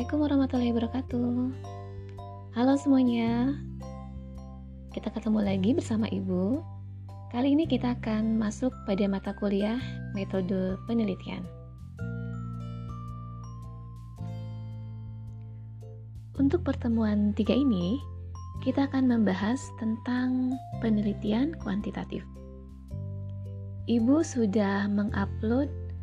Assalamualaikum warahmatullahi wabarakatuh. Halo semuanya, kita ketemu lagi bersama Ibu. Kali ini kita akan masuk pada mata kuliah metode penelitian. Untuk pertemuan 3 ini, kita akan membahas tentang penelitian kuantitatif. Ibu sudah mengupload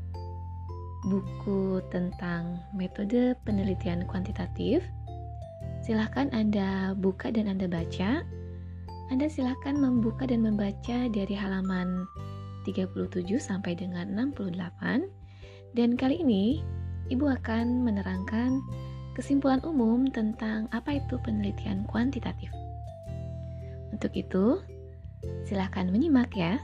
buku tentang metode penelitian kuantitatif. Silahkan Anda buka dan Anda baca. Anda silahkan membuka dan membaca dari halaman 37 sampai dengan 68. Dan kali ini Ibu akan menerangkan kesimpulan umum tentang apa itu penelitian kuantitatif. Untuk itu, silahkan menyimak ya.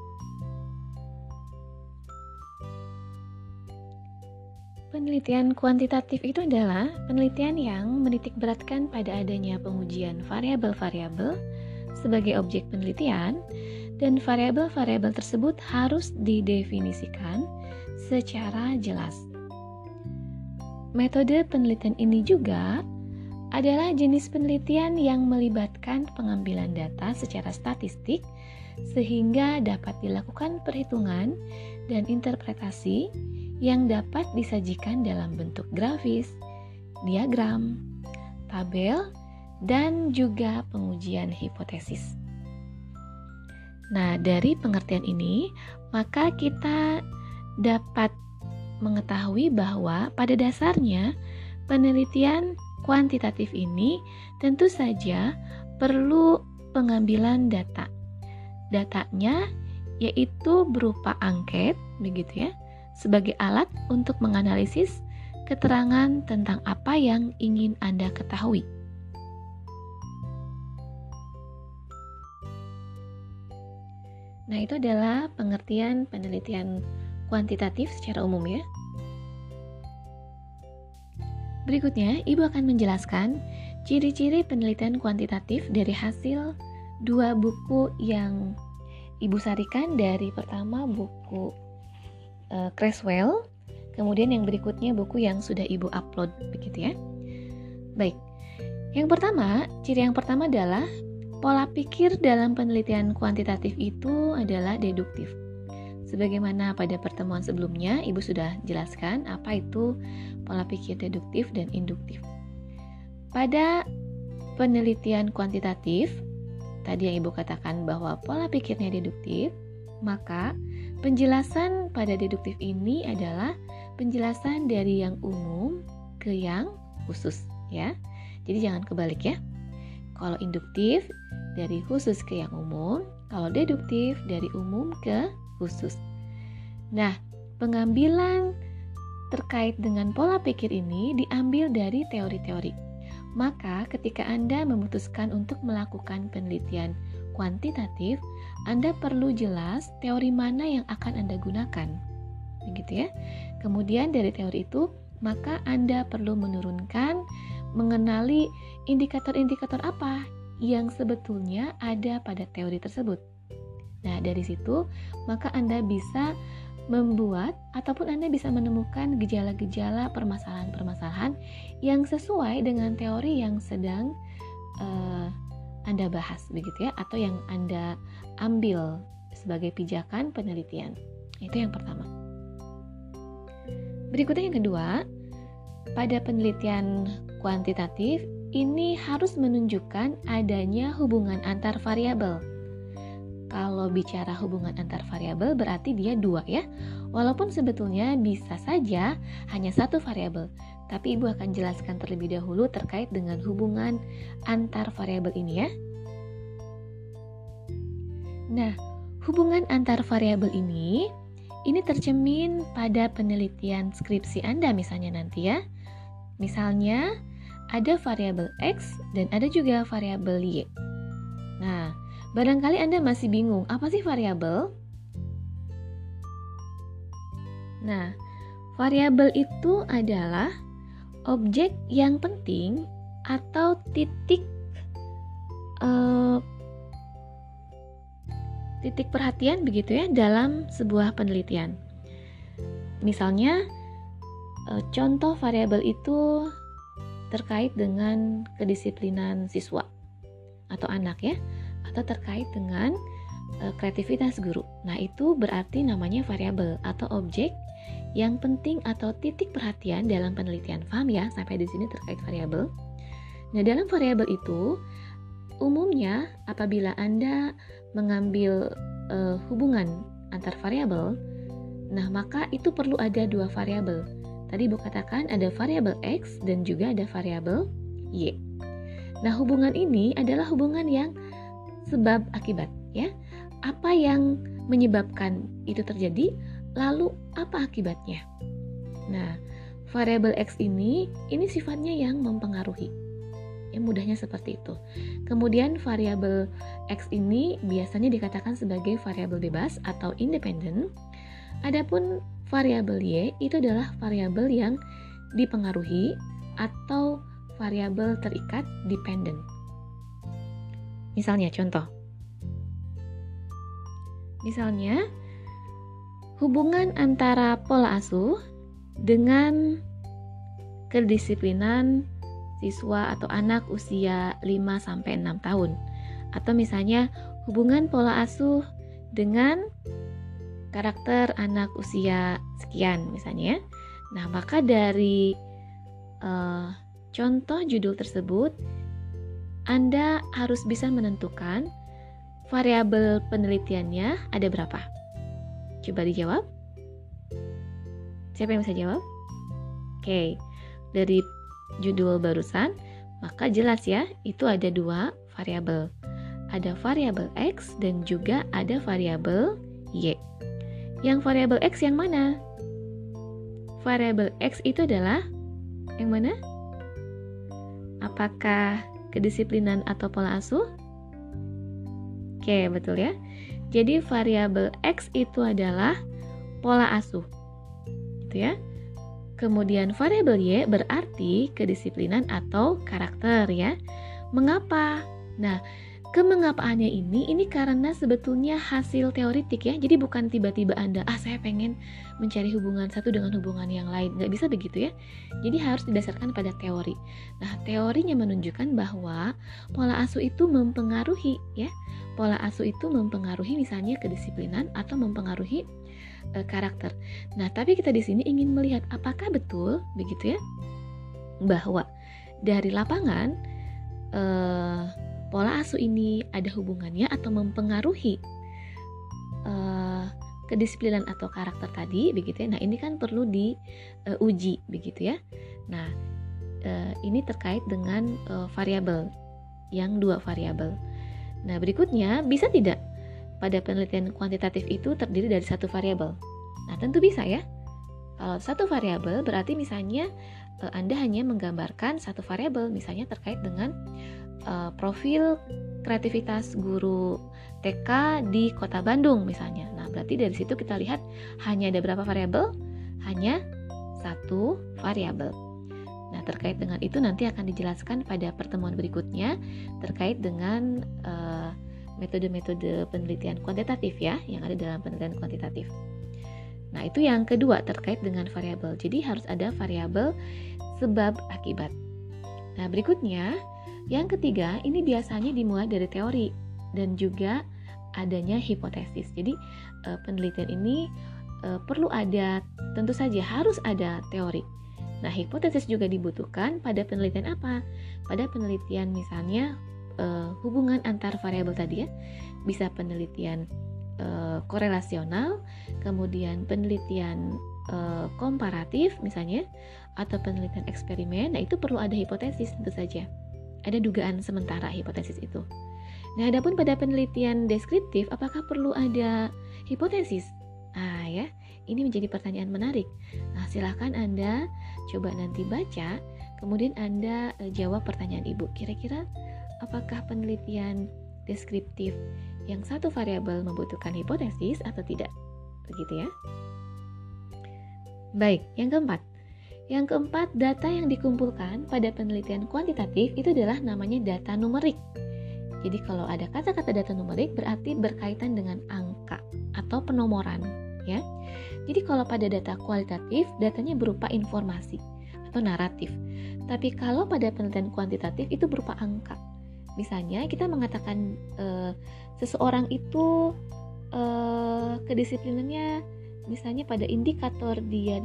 Penelitian kuantitatif itu adalah penelitian yang menitikberatkan pada adanya pengujian variabel-variabel sebagai objek penelitian, dan variabel-variabel tersebut harus didefinisikan secara jelas. Metode penelitian ini juga adalah jenis penelitian yang melibatkan pengambilan data secara statistik sehingga dapat dilakukan perhitungan dan interpretasi yang dapat disajikan dalam bentuk grafis, diagram, tabel, dan juga pengujian hipotesis. Nah, dari pengertian ini, maka kita dapat mengetahui bahwa pada dasarnya penelitian kuantitatif ini tentu saja perlu pengambilan data. Datanya yaitu berupa angket, begitu ya, sebagai alat untuk menganalisis keterangan tentang apa yang ingin Anda ketahui. Nah, itu adalah pengertian penelitian kuantitatif secara umum ya. Berikutnya, Ibu akan menjelaskan ciri-ciri penelitian kuantitatif dari hasil 2 buku yang Ibu sarikan. Dari pertama buku Creswell, kemudian yang berikutnya buku yang sudah Ibu upload, begitu ya. Baik, ciri yang pertama adalah pola pikir dalam penelitian kuantitatif itu adalah deduktif. Sebagaimana pada pertemuan sebelumnya, Ibu sudah jelaskan apa itu pola pikir deduktif dan induktif. Pada penelitian kuantitatif, tadi yang Ibu katakan bahwa pola pikirnya deduktif, maka penjelasan pada deduktif ini adalah penjelasan dari yang umum ke yang khusus ya. Jadi jangan kebalik ya. Kalau induktif dari khusus ke yang umum, kalau deduktif dari umum ke khusus. Nah, pengambilan terkait dengan pola pikir ini diambil dari teori-teori. Maka ketika Anda memutuskan untuk melakukan penelitian kuantitatif, Anda perlu jelas teori mana yang akan Anda gunakan. Begitu ya. Kemudian dari teori itu, maka Anda perlu mengenali indikator-indikator apa yang sebetulnya ada pada teori tersebut. Nah, dari situ, maka Anda bisa membuat ataupun Anda bisa menemukan gejala-gejala permasalahan-permasalahan yang sesuai dengan teori yang sedang Anda bahas, begitu ya, atau yang Anda ambil sebagai pijakan penelitian. Itu yang pertama. Berikutnya yang kedua, pada penelitian kuantitatif ini harus menunjukkan adanya hubungan antar variabel. Kalau bicara hubungan antar variabel berarti dia 2 ya. Walaupun sebetulnya bisa saja hanya 1 variabel, tapi Ibu akan jelaskan terlebih dahulu terkait dengan hubungan antar variabel ini ya. Nah, hubungan antar variabel ini tercermin pada penelitian skripsi Anda misalnya nanti ya. Misalnya ada variabel X dan ada juga variabel Y. Nah, barangkali Anda masih bingung, apa sih variabel? Nah, variabel itu adalah objek yang penting atau titik perhatian begitu ya dalam sebuah penelitian. Misalnya contoh variabel itu terkait dengan kedisiplinan siswa atau anak ya, atau terkait dengan kreativitas guru. Nah, itu berarti namanya variabel atau objek yang penting atau titik perhatian dalam penelitian. Paham ya sampai di sini terkait variabel? Nah, dalam variabel itu umumnya apabila Anda mengambil hubungan antar variabel, nah maka itu perlu ada dua variabel. Tadi Ibu katakan ada variabel X dan juga ada variabel Y. Nah, hubungan ini adalah hubungan yang sebab akibat ya. Apa yang menyebabkan itu terjadi, lalu apa akibatnya? Nah, variabel X ini sifatnya yang mempengaruhi. Ya, mudahnya seperti itu. Kemudian variabel X ini biasanya dikatakan sebagai variabel bebas atau independen. Adapun variabel Y itu adalah variabel yang dipengaruhi atau variabel terikat dependen. Misalnya contoh. Misalnya hubungan antara pola asuh dengan kedisiplinan siswa atau anak usia 5-6 tahun. Atau misalnya hubungan pola asuh dengan karakter anak usia sekian misalnya. Nah, maka dari contoh judul tersebut Anda harus bisa menentukan variabel penelitiannya ada berapa. Coba dijawab. Siapa yang bisa jawab? Oke, dari judul barusan, maka jelas ya, itu ada dua variabel. Ada variabel X dan juga ada variabel Y. Yang variabel X yang mana? Variabel X itu adalah yang mana? Apakah kedisiplinan atau pola asuh? Oke, betul ya. Jadi variabel X itu adalah pola asuh. Gitu ya. Kemudian variabel Y berarti kedisiplinan atau karakter ya. Mengapa? Nah, kemengapaannya ini karena sebetulnya hasil teoritik ya. Jadi bukan tiba-tiba Anda, saya pengen mencari hubungan satu dengan hubungan yang lain. Nggak bisa begitu ya. Jadi harus didasarkan pada teori. Nah, teorinya menunjukkan bahwa pola asuh itu mempengaruhi ya. Pola asuh itu mempengaruhi misalnya kedisiplinan atau mempengaruhi karakter. Nah, tapi kita di sini ingin melihat apakah betul begitu ya bahwa dari lapangan pola asuh ini ada hubungannya atau mempengaruhi kedisiplinan atau karakter tadi begitu ya. Nah, ini kan perlu diuji begitu ya. Nah, ini terkait dengan variabel yang dua variabel. Nah, berikutnya bisa tidak pada penelitian kuantitatif itu terdiri dari satu variabel? Nah, tentu bisa ya. Kalau satu variabel berarti misalnya Anda hanya menggambarkan satu variabel, misalnya terkait dengan profil kreativitas guru TK di Kota Bandung misalnya. Nah, berarti dari situ kita lihat hanya ada berapa variabel? Hanya satu variabel. Nah, terkait dengan itu nanti akan dijelaskan pada pertemuan berikutnya terkait dengan metode-metode penelitian kuantitatif ya, yang ada dalam penelitian kuantitatif. Nah, itu yang kedua terkait dengan variabel. Jadi harus ada variabel sebab akibat. Nah, berikutnya yang ketiga, ini biasanya dimulai dari teori dan juga adanya hipotesis. Jadi penelitian ini perlu ada, tentu saja harus ada teori. Nah, hipotesis juga dibutuhkan pada penelitian apa? Pada penelitian misalnya hubungan antar variabel tadi ya, bisa penelitian korelasional, kemudian penelitian komparatif misalnya, atau penelitian eksperimen. Nah, itu perlu ada hipotesis tentu saja. Ada dugaan sementara hipotesis itu. Nah, adapun pada penelitian deskriptif, apakah perlu ada hipotesis? Ah ya, ini menjadi pertanyaan menarik. Nah, silakan Anda coba nanti baca, kemudian Anda jawab pertanyaan Ibu. Kira-kira apakah penelitian deskriptif yang satu variabel membutuhkan hipotesis atau tidak? Begitu ya. Baik, yang keempat. Yang keempat, data yang dikumpulkan pada penelitian kuantitatif itu adalah namanya data numerik. Jadi kalau ada kata-kata data numerik berarti berkaitan dengan angka atau penomoran, ya. Jadi kalau pada data kualitatif, datanya berupa informasi atau naratif. Tapi kalau pada penelitian kuantitatif itu berupa angka. Misalnya kita mengatakan seseorang itu kedisiplinannya misalnya pada indikator dia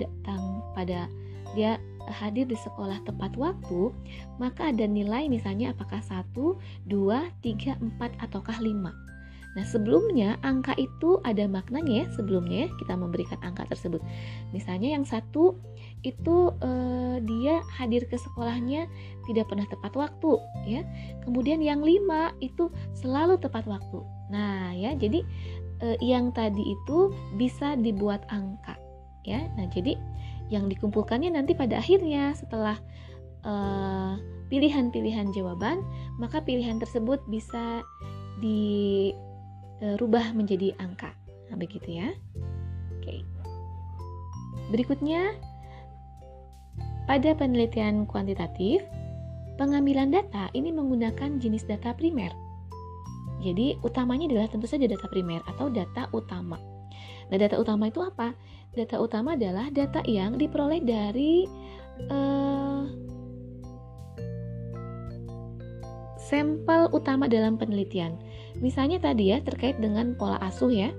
hadir di sekolah tepat waktu, maka ada nilai misalnya apakah 1, 2, 3, 4 ataukah 5. Nah, sebelumnya angka itu ada maknanya ya, sebelumnya kita memberikan angka tersebut. Misalnya yang 1 itu dia hadir ke sekolahnya tidak pernah tepat waktu ya. Kemudian yang 5 itu selalu tepat waktu. Nah, ya, jadi yang tadi itu bisa dibuat angka ya. Nah, jadi yang dikumpulkannya nanti pada akhirnya setelah pilihan-pilihan jawaban, maka pilihan tersebut bisa dirubah menjadi angka. Nah, begitu ya. Oke. Berikutnya, pada penelitian kuantitatif, pengambilan data ini menggunakan jenis data primer. Jadi utamanya adalah tentu saja data primer atau data utama. Nah, data utama itu apa? Data utama adalah data yang diperoleh dari sampel utama dalam penelitian. Misalnya tadi ya terkait dengan pola asuh ya,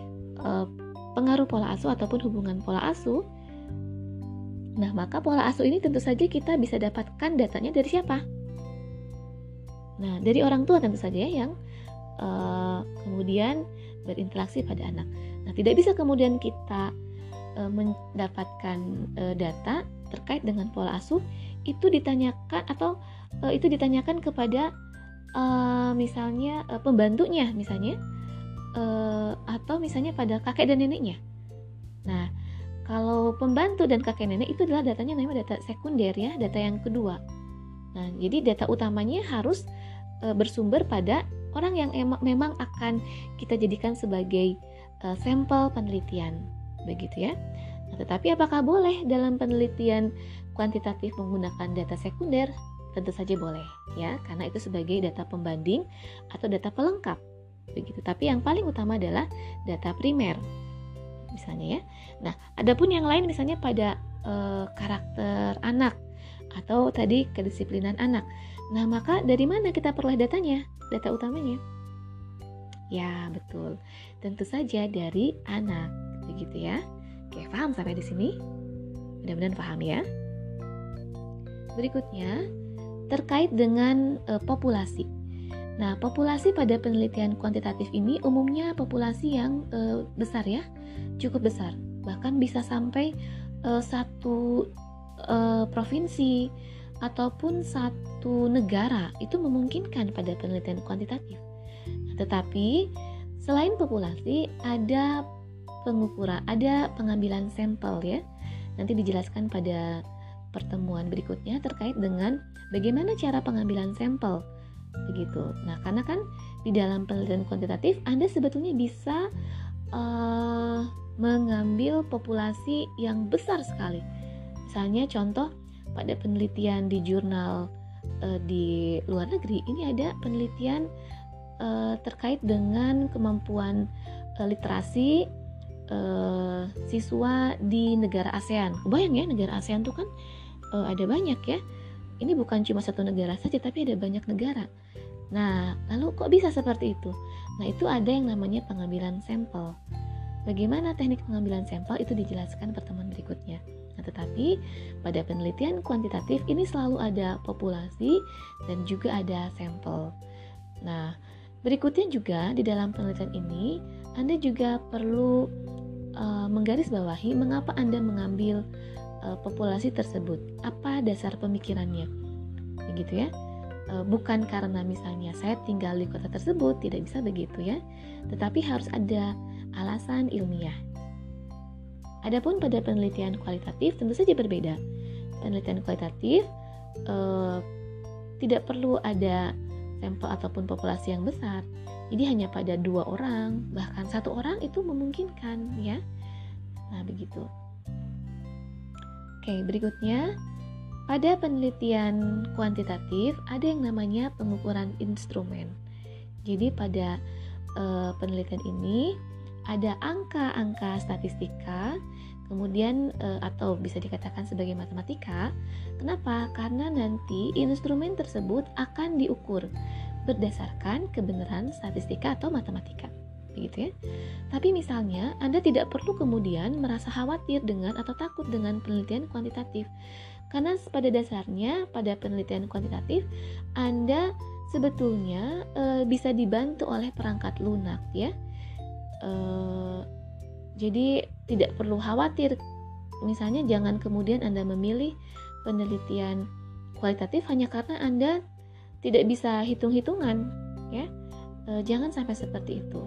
pengaruh pola asuh ataupun hubungan pola asuh. Nah, maka pola asuh ini tentu saja kita bisa dapatkan datanya dari siapa? Nah, dari orang tua tentu saja ya, yang kemudian berinteraksi pada anak. Nah, tidak bisa kemudian kita mendapatkan data terkait dengan pola asuh itu ditanyakan atau itu ditanyakan kepada misalnya pembantunya misalnya atau misalnya pada kakek dan neneknya. Nah, kalau pembantu dan kakek nenek itu adalah datanya namanya data sekunder ya, data yang kedua. Nah, jadi data utamanya harus bersumber pada orang yang memang akan kita jadikan sebagai sampel penelitian, begitu ya. Nah, tetapi apakah boleh dalam penelitian kuantitatif menggunakan data sekunder? Tentu saja boleh, ya, karena itu sebagai data pembanding atau data pelengkap, begitu. Tapi yang paling utama adalah data primer, misalnya ya. Nah, adapun yang lain misalnya pada karakter anak atau tadi kedisiplinan anak. Nah, maka dari mana kita peroleh datanya? Data utamanya? Ya, betul. Tentu saja dari anak, begitu ya. Oke, paham sampai di sini? Mudah-mudahan paham ya. Berikutnya, terkait dengan populasi. Nah, populasi pada penelitian kuantitatif ini umumnya populasi yang besar ya, cukup besar. Bahkan bisa sampai satu provinsi ataupun satu negara itu memungkinkan pada penelitian kuantitatif. Nah, tetapi selain populasi ada pengukuran, ada pengambilan sampel ya. Nanti dijelaskan pada pertemuan berikutnya terkait dengan bagaimana cara pengambilan sampel. Begitu. Nah, karena kan di dalam penelitian kuantitatif Anda sebetulnya bisa mengambil populasi yang besar sekali. Misalnya contoh pada penelitian di jurnal di luar negeri, ini ada penelitian terkait dengan kemampuan literasi siswa di negara ASEAN. Kebayang ya, negara ASEAN itu kan ada banyak ya. Ini bukan cuma satu negara saja, tapi ada banyak negara. Nah, lalu kok bisa seperti itu? Nah, itu ada yang namanya pengambilan sampel. Bagaimana teknik pengambilan sampel itu dijelaskan pertemuan berikutnya. Nah, tetapi pada penelitian kuantitatif ini selalu ada populasi dan juga ada sampel. Nah, berikutnya juga di dalam penelitian ini Anda juga perlu menggarisbawahi mengapa Anda mengambil populasi tersebut. Apa dasar pemikirannya? Begitu ya. Bukan karena misalnya saya tinggal di kota tersebut, tidak bisa begitu ya. Tetapi harus ada alasan ilmiah. Adapun pada penelitian kualitatif tentu saja berbeda. Penelitian kualitatif tidak perlu ada sampel ataupun populasi yang besar. Jadi hanya pada 2 orang, bahkan 1 orang itu memungkinkan ya. Nah, begitu. Oke, berikutnya pada penelitian kuantitatif ada yang namanya pengukuran instrumen. Jadi pada penelitian ini ada angka-angka statistika, kemudian atau bisa dikatakan sebagai matematika. Kenapa? Karena nanti instrumen tersebut akan diukur berdasarkan kebenaran statistika atau matematika, begitu ya. Tapi misalnya Anda tidak perlu kemudian merasa khawatir dengan atau takut dengan penelitian kuantitatif, karena pada dasarnya pada penelitian kuantitatif Anda sebetulnya bisa dibantu oleh perangkat lunak ya. Jadi tidak perlu khawatir. Misalnya jangan kemudian Anda memilih penelitian kualitatif hanya karena Anda tidak bisa hitung-hitungan ya. Jangan sampai seperti itu.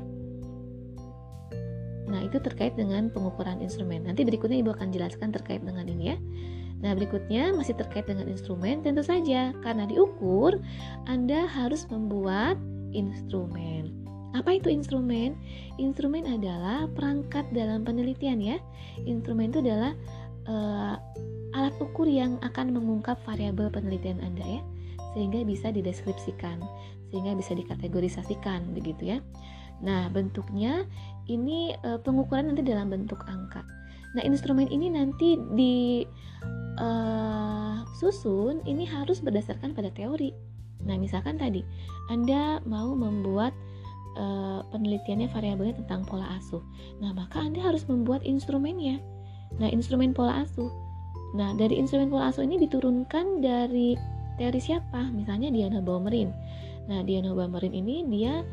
Nah, itu terkait dengan pengukuran instrumen. Nanti berikutnya Ibu akan jelaskan terkait dengan ini ya. Nah, berikutnya masih terkait dengan instrumen. Tentu saja karena diukur, Anda harus membuat instrumen. Apa itu instrumen? Instrumen adalah perangkat dalam penelitian ya. Instrumen itu adalah alat ukur yang akan mengungkap variabel penelitian Anda ya, sehingga bisa dideskripsikan, sehingga bisa dikategorisasikan begitu ya. Nah, bentuknya ini pengukuran nanti dalam bentuk angka. Nah, instrumen ini nanti disusun ini harus berdasarkan pada teori. Nah, misalkan tadi Anda mau membuat penelitiannya variabelnya tentang pola asuh. Nah, maka Anda harus membuat instrumennya. Nah, instrumen pola asuh. Nah, dari instrumen pola asuh ini diturunkan dari teori siapa? Misalnya Diana Baumerin. Nah, Diana Baumerin ini dia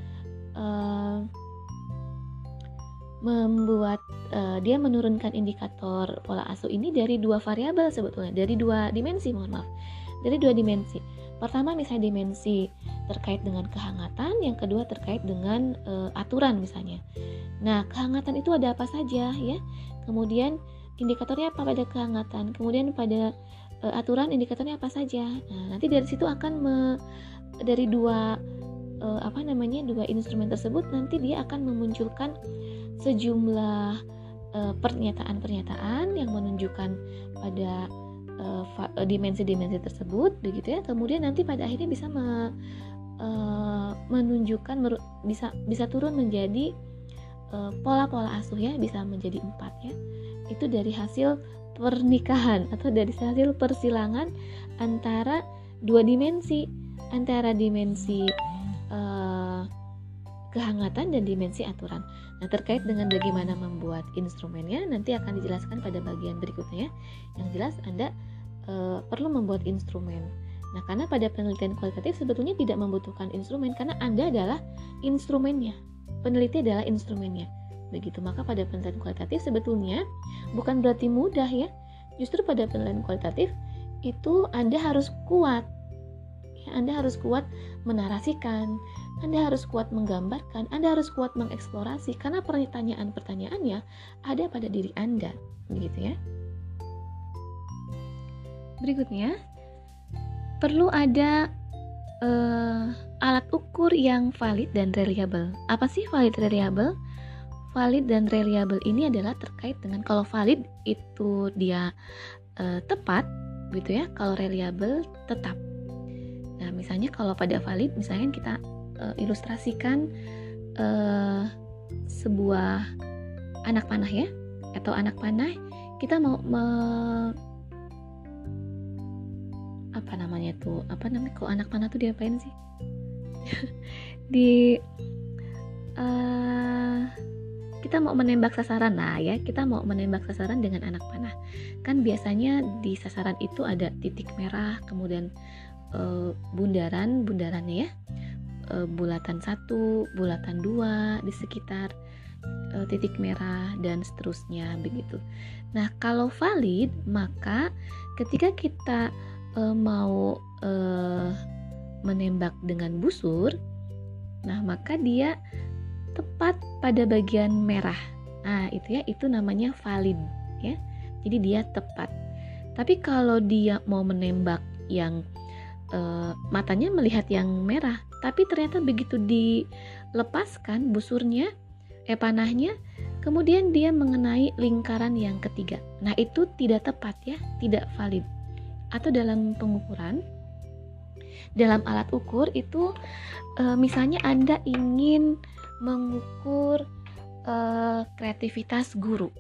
dia menurunkan indikator pola asuh ini dari dua variabel sebetulnya, dari dua dimensi, dari dua dimensi. Pertama misalnya dimensi terkait dengan kehangatan, yang kedua terkait dengan aturan misalnya. Nah, kehangatan itu ada apa saja ya? Kemudian indikatornya apa pada kehangatan? Kemudian pada aturan indikatornya apa saja? Nah, nanti dari situ akan dari dua dua instrumen tersebut nanti dia akan memunculkan sejumlah pernyataan-pernyataan yang menunjukkan pada dimensi-dimensi tersebut begitu ya. Kemudian nanti pada akhirnya bisa menunjukkan bisa turun menjadi pola-pola asuh ya, bisa menjadi 4 ya. Itu dari hasil pernikahan atau dari hasil persilangan antara dua dimensi, antara dimensi kehangatan dan dimensi aturan. Nah, terkait dengan bagaimana membuat instrumennya nanti akan dijelaskan pada bagian berikutnya ya. Yang jelas Anda perlu membuat instrumen. Nah, karena pada penelitian kualitatif sebetulnya tidak membutuhkan instrumen karena Anda adalah instrumennya. Peneliti adalah instrumennya. Begitu, maka pada penelitian kualitatif sebetulnya bukan berarti mudah ya. Justru pada penelitian kualitatif itu Anda harus kuat. Anda harus kuat menarasikan, Anda harus kuat menggambarkan, Anda harus kuat mengeksplorasi karena pertanyaan-pertanyaannya ada pada diri Anda, begitu ya. Berikutnya, perlu ada alat ukur yang valid dan reliable. Apa sih valid reliable? Valid dan reliable ini adalah terkait dengan kalau valid itu dia tepat, gitu ya. Kalau reliable tetap. Nah, misalnya kalau pada valid, misalnya kita ilustrasikan sebuah anak panah ya, atau anak panah kita mau kalau anak panah tuh diapain sih? Kita mau menembak sasaran. Nah ya, kita mau menembak sasaran dengan anak panah. Kan biasanya di sasaran itu ada titik merah, kemudian bundarannya ya, bulatan 1, bulatan 2 di sekitar titik merah dan seterusnya begitu. Nah, kalau valid maka ketika kita mau menembak dengan busur, nah maka dia tepat pada bagian merah. Nah, itu namanya valid ya. Jadi dia tepat. Tapi kalau dia mau menembak yang matanya melihat yang merah, tapi ternyata begitu dilepaskan busurnya, panahnya, kemudian dia mengenai lingkaran yang ketiga. Nah, itu tidak tepat ya, tidak valid. Atau dalam pengukuran, dalam alat ukur itu misalnya Anda ingin mengukur kreativitas guru.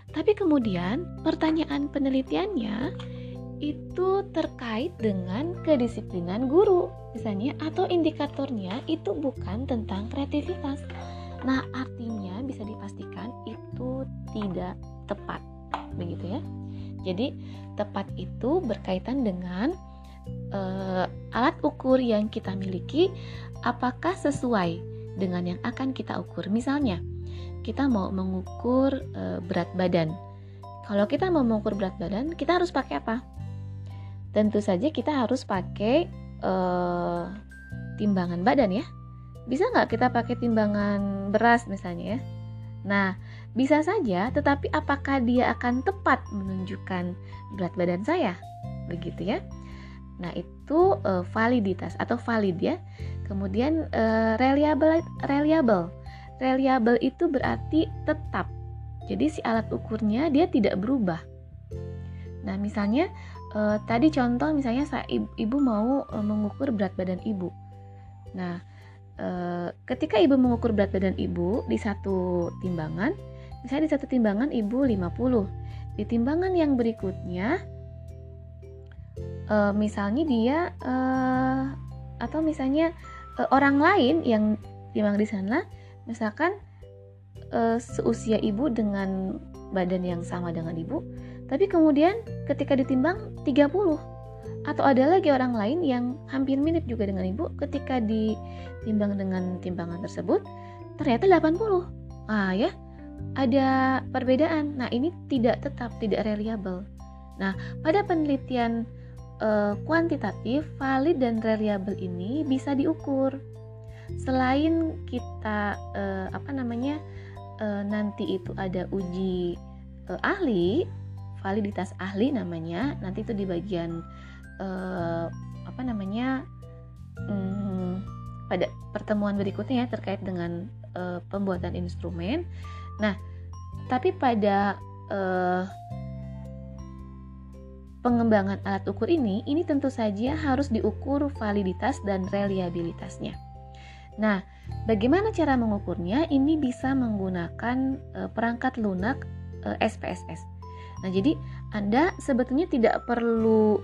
Tapi kemudian pertanyaan penelitiannya itu terkait dengan kedisiplinan guru misalnya, atau indikatornya itu bukan tentang kreativitas. Nah, artinya bisa dipastikan itu tidak tepat, begitu ya. Jadi tepat itu berkaitan dengan alat ukur yang kita miliki apakah sesuai dengan yang akan kita ukur. Misalnya kita mau mengukur berat badan. Kalau kita mau mengukur berat badan, kita harus pakai apa? Tentu saja kita harus pakai timbangan badan ya. Bisa nggak kita pakai timbangan beras misalnya ya? Nah, bisa saja, tetapi apakah dia akan tepat menunjukkan berat badan saya? Begitu ya. Nah, itu validitas atau valid ya. Kemudian reliable. Reliable itu berarti tetap. Jadi si alat ukurnya dia tidak berubah. Nah, misalnya tadi contoh misalnya ibu mau mengukur berat badan ibu. Nah, ketika ibu mengukur berat badan ibu di satu timbangan, misalnya di satu timbangan ibu 50. Di timbangan yang berikutnya misalnya dia atau misalnya orang lain yang timbang di sana, misalkan seusia ibu dengan badan yang sama dengan ibu, tapi kemudian ketika ditimbang 30. Atau ada lagi orang lain yang hampir mirip juga dengan ibu, ketika ditimbang dengan timbangan tersebut ternyata 80. Ya, ada perbedaan. Nah, ini tidak tetap, tidak reliable. Nah, pada penelitian kuantitatif, valid dan reliable ini bisa diukur. Selain kita nanti itu ada uji ahli, validitas ahli namanya, nanti itu di bagian pada pertemuan berikutnya ya, terkait dengan pembuatan instrumen. Nah, tapi pada pengembangan alat ukur ini tentu saja harus diukur validitas dan reliabilitasnya. Nah, bagaimana cara mengukurnya? Ini bisa menggunakan perangkat lunak SPSS. Nah, jadi Anda sebetulnya tidak perlu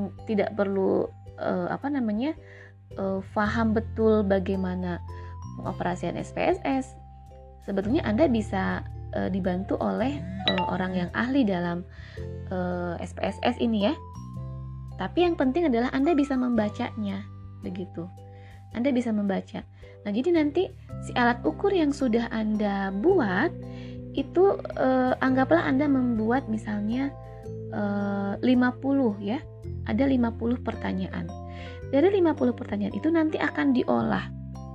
paham betul bagaimana pengoperasian SPSS. Sebetulnya Anda bisa dibantu oleh orang yang ahli dalam SPSS ini ya. Tapi yang penting adalah Anda bisa membacanya, begitu. Anda bisa membaca. Nah, jadi nanti si alat ukur yang sudah Anda buat itu anggaplah Anda membuat misalnya 50 ya. Ada 50 pertanyaan. Dari 50 pertanyaan itu nanti akan diolah.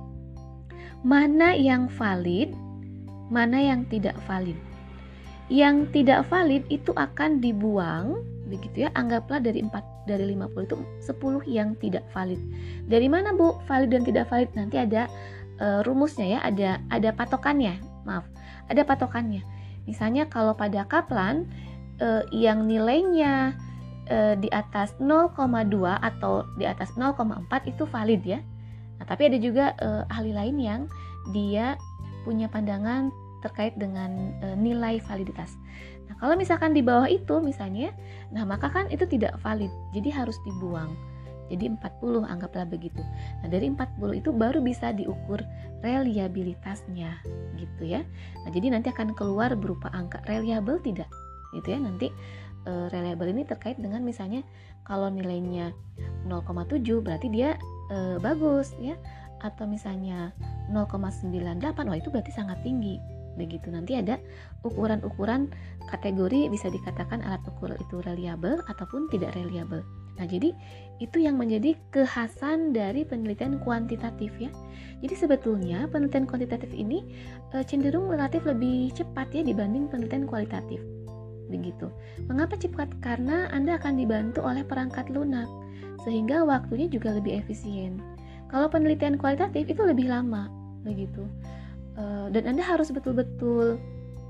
Mana yang valid, mana yang tidak valid. Yang tidak valid itu akan dibuang, begitu ya. Anggaplah dari 50 itu 10 yang tidak valid. Dari mana Bu valid dan tidak valid? Nanti ada rumusnya ya, ada patokannya. Ada patokannya. Misalnya kalau pada Kaplan yang nilainya di atas 0,2 atau di atas 0,4 itu valid ya. Nah, tapi ada juga ahli lain yang dia punya pandangan terkait dengan nilai validitas. Nah, kalau misalkan di bawah itu misalnya, nah maka kan itu tidak valid. Jadi harus dibuang. Jadi 40 anggaplah begitu. Nah, dari 40 itu baru bisa diukur reliabilitasnya gitu ya. Nah, jadi nanti akan keluar berupa angka reliable tidak gitu ya. Nanti reliable ini terkait dengan misalnya kalau nilainya 0,7 berarti dia bagus ya. Atau misalnya 0,98, wah itu berarti sangat tinggi. Begitu, nanti ada ukuran-ukuran kategori, bisa dikatakan alat ukur itu reliable ataupun tidak reliable. Nah, jadi itu yang menjadi kekhasan dari penelitian kuantitatif ya. Jadi sebetulnya penelitian kuantitatif ini cenderung relatif lebih cepat ya dibanding penelitian kualitatif. Begitu. Mengapa cepat? Karena Anda akan dibantu oleh perangkat lunak sehingga waktunya juga lebih efisien. Kalau penelitian kualitatif itu lebih lama, begitu. Dan Anda harus betul-betul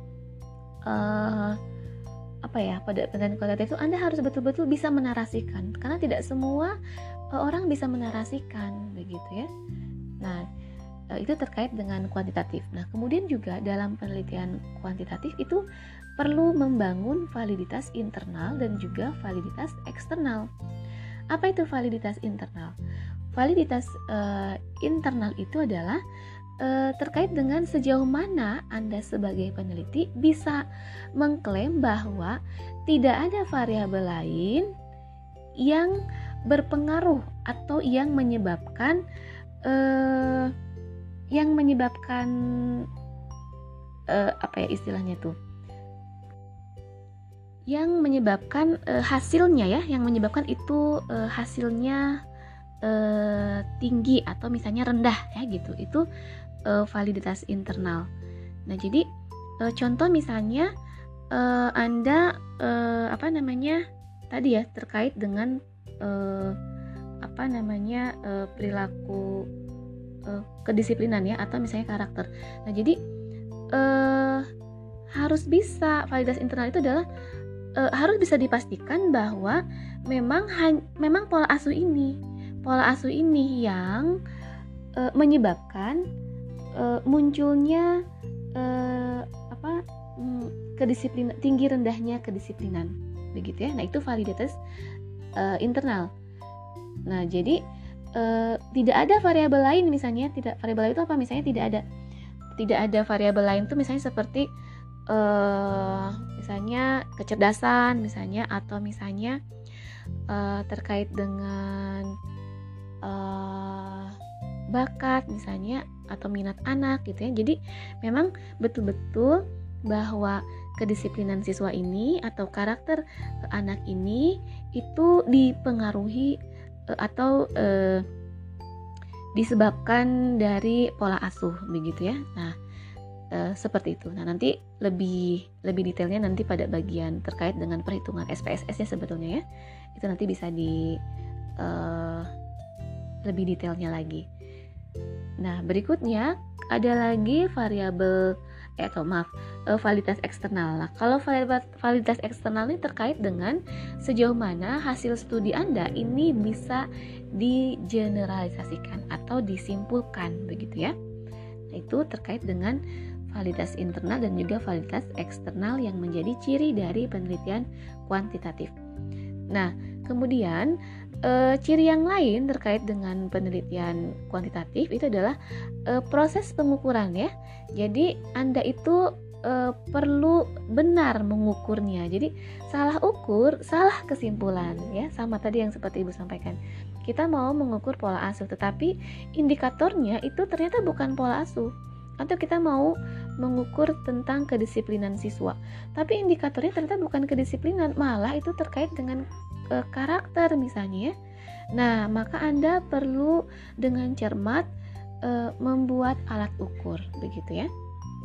pada penelitian kualitatif itu Anda harus betul-betul bisa menarasikan, karena tidak semua orang bisa menarasikan, begitu ya. Nah, itu terkait dengan kuantitatif. Nah, kemudian juga dalam penelitian kuantitatif itu perlu membangun validitas internal dan juga validitas eksternal. Apa itu validitas internal? Validitas internal itu adalah terkait dengan sejauh mana Anda sebagai peneliti bisa mengklaim bahwa tidak ada variabel lain yang berpengaruh atau yang menyebabkan apa ya istilahnya tuh? Yang menyebabkan hasilnya ya, yang menyebabkan itu hasilnya tinggi atau misalnya rendah ya gitu. Itu validitas internal. Nah, jadi contoh misalnya Anda tadi ya terkait dengan perilaku kedisiplinan ya, atau misalnya karakter. Nah, jadi harus bisa validitas internal itu adalah harus bisa dipastikan bahwa memang pola asuh ini yang menyebabkan munculnya kedisiplinan, tinggi rendahnya kedisiplinan, begitu ya. Nah, itu validitas internal. Nah, jadi tidak ada variabel lain misalnya, variabel lain itu apa? Misalnya tidak ada variabel lain tuh misalnya seperti misalnya kecerdasan misalnya, atau misalnya terkait dengan bakat misalnya, atau minat anak gitu ya. Jadi memang betul-betul bahwa kedisiplinan siswa ini atau karakter anak ini itu dipengaruhi atau disebabkan dari pola asuh, begitu ya. Nah, seperti itu. Nah, nanti lebih detailnya nanti pada bagian terkait dengan perhitungan SPSS-nya sebetulnya ya. Itu nanti bisa lebih detailnya lagi. Nah, berikutnya ada lagi validitas eksternal. Nah, kalau validitas eksternal ini terkait dengan sejauh mana hasil studi Anda ini bisa digeneralisasikan atau disimpulkan, begitu ya. Nah, itu terkait dengan validitas internal dan juga validitas eksternal yang menjadi ciri dari penelitian kuantitatif. Nah, kemudian ciri yang lain terkait dengan penelitian kuantitatif itu adalah proses pengukuran ya. Jadi Anda itu perlu benar mengukurnya. Jadi salah ukur, salah kesimpulan ya. Sama tadi yang seperti Ibu sampaikan. Kita mau mengukur pola asuh, tetapi indikatornya itu ternyata bukan pola asuh. Atau kita mau mengukur tentang kedisiplinan siswa, tapi indikatornya ternyata bukan kedisiplinan, malah itu terkait dengan karakter misalnya ya. Nah, maka Anda perlu dengan cermat membuat alat ukur, begitu ya.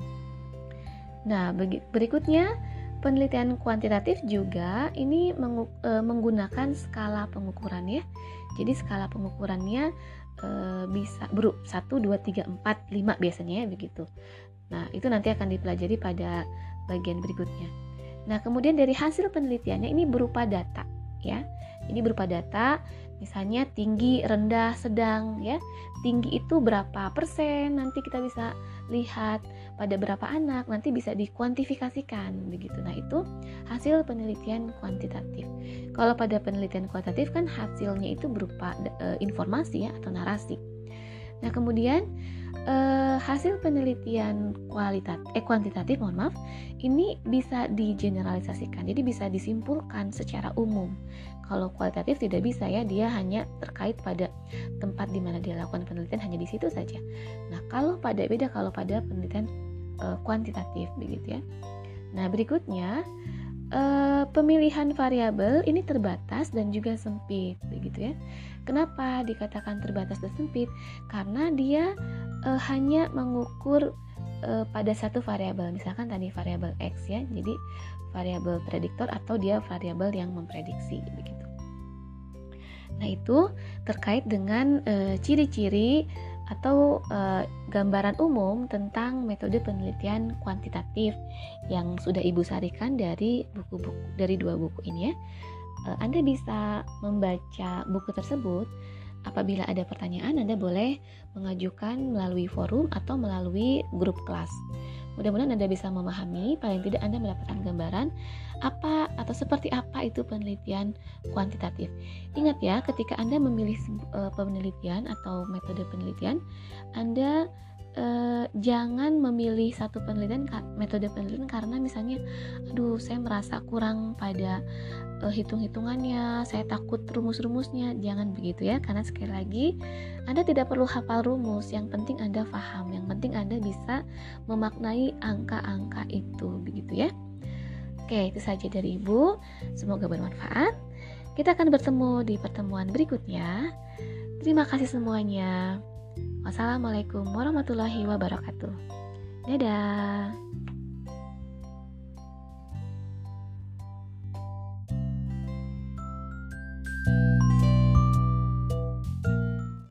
Nah, berikutnya penelitian kuantitatif juga ini menggunakan skala pengukuran ya. Jadi skala pengukurannya bisa 1, 2, 3, 4, 5 biasanya ya, begitu. Nah, itu nanti akan dipelajari pada bagian berikutnya. Nah, kemudian dari hasil penelitiannya ini berupa data ya. Ini berupa data, misalnya tinggi, rendah, sedang ya. Tinggi itu berapa persen, nanti kita bisa lihat pada berapa anak, nanti bisa dikuantifikasikan begitu. Nah, itu hasil penelitian kuantitatif. Kalau pada penelitian kuantitatif kan hasilnya itu berupa informasi ya atau narasi. Nah, kemudian hasil penelitian kuantitatif, ini bisa digeneralisasikan. Jadi bisa disimpulkan secara umum. Kalau kualitatif tidak bisa ya, dia hanya terkait pada tempat di mana dia lakukan penelitian, hanya di situ saja. Nah, kalau pada penelitian kuantitatif begitu ya. Nah, berikutnya pemilihan variabel ini terbatas dan juga sempit begitu ya. Kenapa dikatakan terbatas dan sempit? Karena dia hanya mengukur pada satu variabel, misalkan tadi variabel X ya. Jadi variabel prediktor atau dia variabel yang memprediksi begitu. Nah, itu terkait dengan ciri-ciri atau gambaran umum tentang metode penelitian kuantitatif yang sudah Ibu sarikan dari dua buku ini ya. Anda bisa membaca buku tersebut. Apabila ada pertanyaan, Anda boleh mengajukan melalui forum atau melalui grup kelas. Mudah-mudahan Anda bisa memahami, paling tidak Anda mendapatkan gambaran apa atau seperti apa itu penelitian kuantitatif. Ingat ya, ketika Anda memilih penelitian atau metode penelitian, Anda jangan memilih satu metode penelitian karena misalnya, aduh saya merasa kurang pada hitung-hitungannya, saya takut rumus-rumusnya. Jangan begitu ya, karena sekali lagi Anda tidak perlu hafal rumus, yang penting Anda paham, yang penting Anda bisa memaknai angka-angka itu, begitu ya. Oke, itu saja dari Ibu, semoga bermanfaat. Kita akan bertemu di pertemuan berikutnya. Terima kasih semuanya. Wassalamualaikum warahmatullahi wabarakatuh. Dadah.